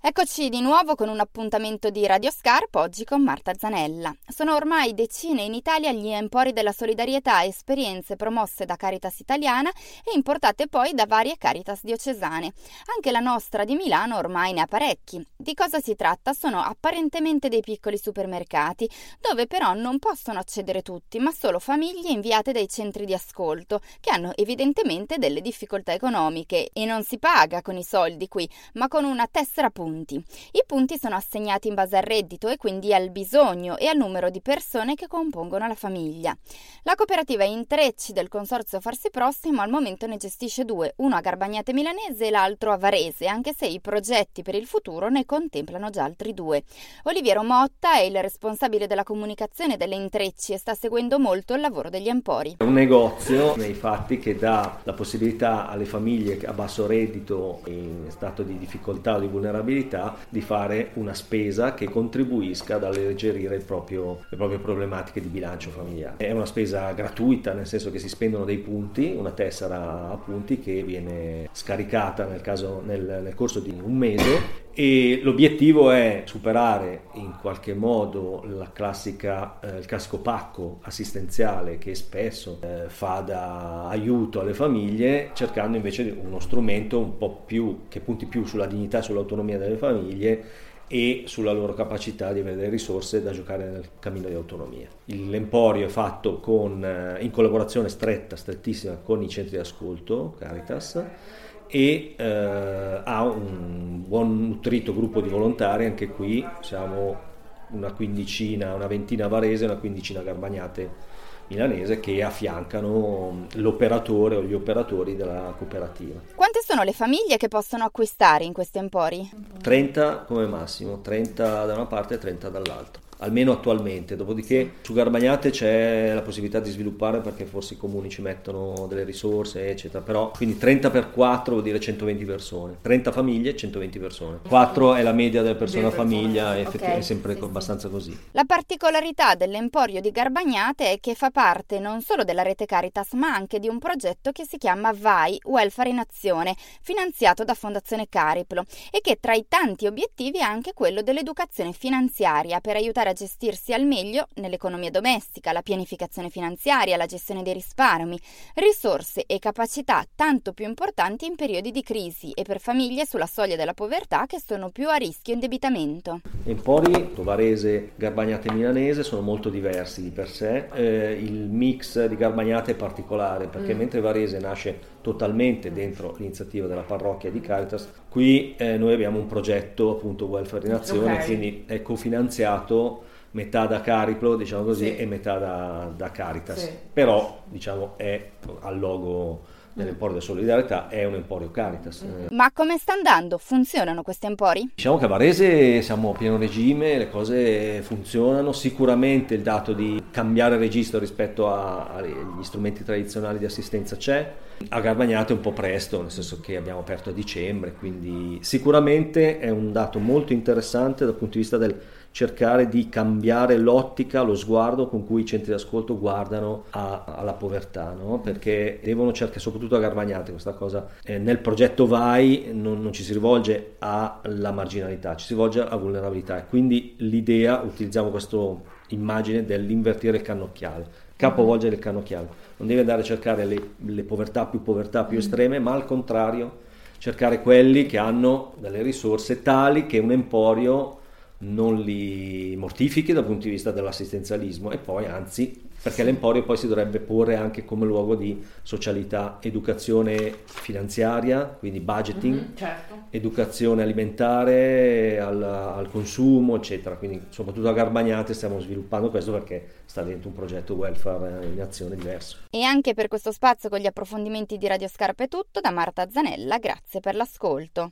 Eccoci di nuovo con un appuntamento di Radio Scarp, oggi con Marta Zanella. Sono ormai decine in Italia gli empori della solidarietà, esperienze promosse da Caritas Italiana e importate poi da varie Caritas diocesane. Anche la nostra di Milano ormai ne ha parecchi. Di cosa si tratta? Sono apparentemente dei piccoli supermercati, dove però non possono accedere tutti, ma solo famiglie inviate dai centri di ascolto, che hanno evidentemente delle difficoltà economiche, e non si paga con i soldi qui, ma con una tessera punti. I punti sono assegnati in base al reddito e quindi al bisogno e al numero di persone che compongono la famiglia. La cooperativa Intrecci del consorzio Farsi Prossimo al momento ne gestisce due, uno a Garbagnate Milanese e l'altro a Varese, anche se i progetti per il futuro ne contemplano già altri due. Oliviero Motta è il responsabile della comunicazione delle Intrecci e sta seguendo molto il lavoro degli empori. È un negozio nei fatti che dà la possibilità alle famiglie a basso reddito, in stato di difficoltà o di vulnerabilità, di fare una spesa che contribuisca ad alleggerire le proprie problematiche di bilancio familiare. È una spesa gratuita, nel senso che si spendono dei punti, una tessera a punti che viene scaricata nel corso di un mese, e l'obiettivo è superare in qualche modo il classico pacco assistenziale che spesso fa da aiuto alle famiglie, cercando invece uno strumento un po' più che punti più sulla dignità e sull'autonomia delle famiglie e sulla loro capacità di avere delle risorse da giocare nel cammino di autonomia. L'emporio è fatto in collaborazione strettissima con i centri di ascolto Caritas, e ha un buon nutrito gruppo di volontari. Anche qui siamo una ventina a Varese e una quindicina a Garbagnate Milanese, che affiancano l'operatore o gli operatori della cooperativa. Quante sono le famiglie che possono acquistare in questi empori? 30 come massimo, 30 da una parte e 30 dall'altra, almeno attualmente. Dopodiché su Garbagnate c'è la possibilità di sviluppare, perché forse i comuni ci mettono delle risorse eccetera, però quindi 30 per 4 vuol dire 120 persone, 30 famiglie, 120 persone. 4 è la media delle persone a famiglia, è sempre abbastanza così. La particolarità dell'emporio di Garbagnate è che fa parte non solo della rete Caritas, ma anche di un progetto che si chiama VAI, Welfare in Azione, finanziato da Fondazione Cariplo, e che tra i tanti obiettivi ha anche quello dell'educazione finanziaria per aiutare a gestirsi al meglio nell'economia domestica, la pianificazione finanziaria, la gestione dei risparmi, risorse e capacità tanto più importanti in periodi di crisi e per famiglie sulla soglia della povertà che sono più a rischio indebitamento. Empori, Varese, Garbagnate Milanese sono molto diversi di per sé. Il mix di Garbagnate è particolare, perché mentre Varese nasce totalmente dentro l'iniziativa della parrocchia di Caritas, qui noi abbiamo un progetto appunto Welfare in Azione, quindi è cofinanziato metà da Cariplo, diciamo così, e metà da Caritas, però diciamo è al logo dell'Emporio della Solidarietà, è un Emporio Caritas. Ma come sta andando? Funzionano questi empori? Diciamo che a Varese siamo a pieno regime, le cose funzionano. Sicuramente il dato di cambiare registro rispetto agli strumenti tradizionali di assistenza c'è. A Garbagnate un po' presto, nel senso che abbiamo aperto a dicembre, quindi sicuramente è un dato molto interessante dal punto di vista del cercare di cambiare l'ottica, lo sguardo con cui i centri di ascolto guardano alla povertà, no? Perché devono cercare, soprattutto a Garbagnate, questa cosa, nel progetto VAI non ci si rivolge alla marginalità, ci si rivolge alla vulnerabilità, e quindi l'idea, utilizziamo questa immagine dell'invertire il cannocchiale, capovolgere il cannocchiale, non deve andare a cercare le povertà più estreme, ma al contrario cercare quelli che hanno delle risorse tali che un emporio non li mortifichi dal punto di vista dell'assistenzialismo, e poi anzi, perché l'emporio poi si dovrebbe porre anche come luogo di socialità, educazione finanziaria, quindi budgeting, educazione alimentare al consumo eccetera. Quindi soprattutto a Garbagnate stiamo sviluppando questo, perché sta dentro un progetto welfare in azione diverso. E anche per questo spazio con gli approfondimenti di Radio Scarp è tutto. Da Marta Zanella, grazie per l'ascolto.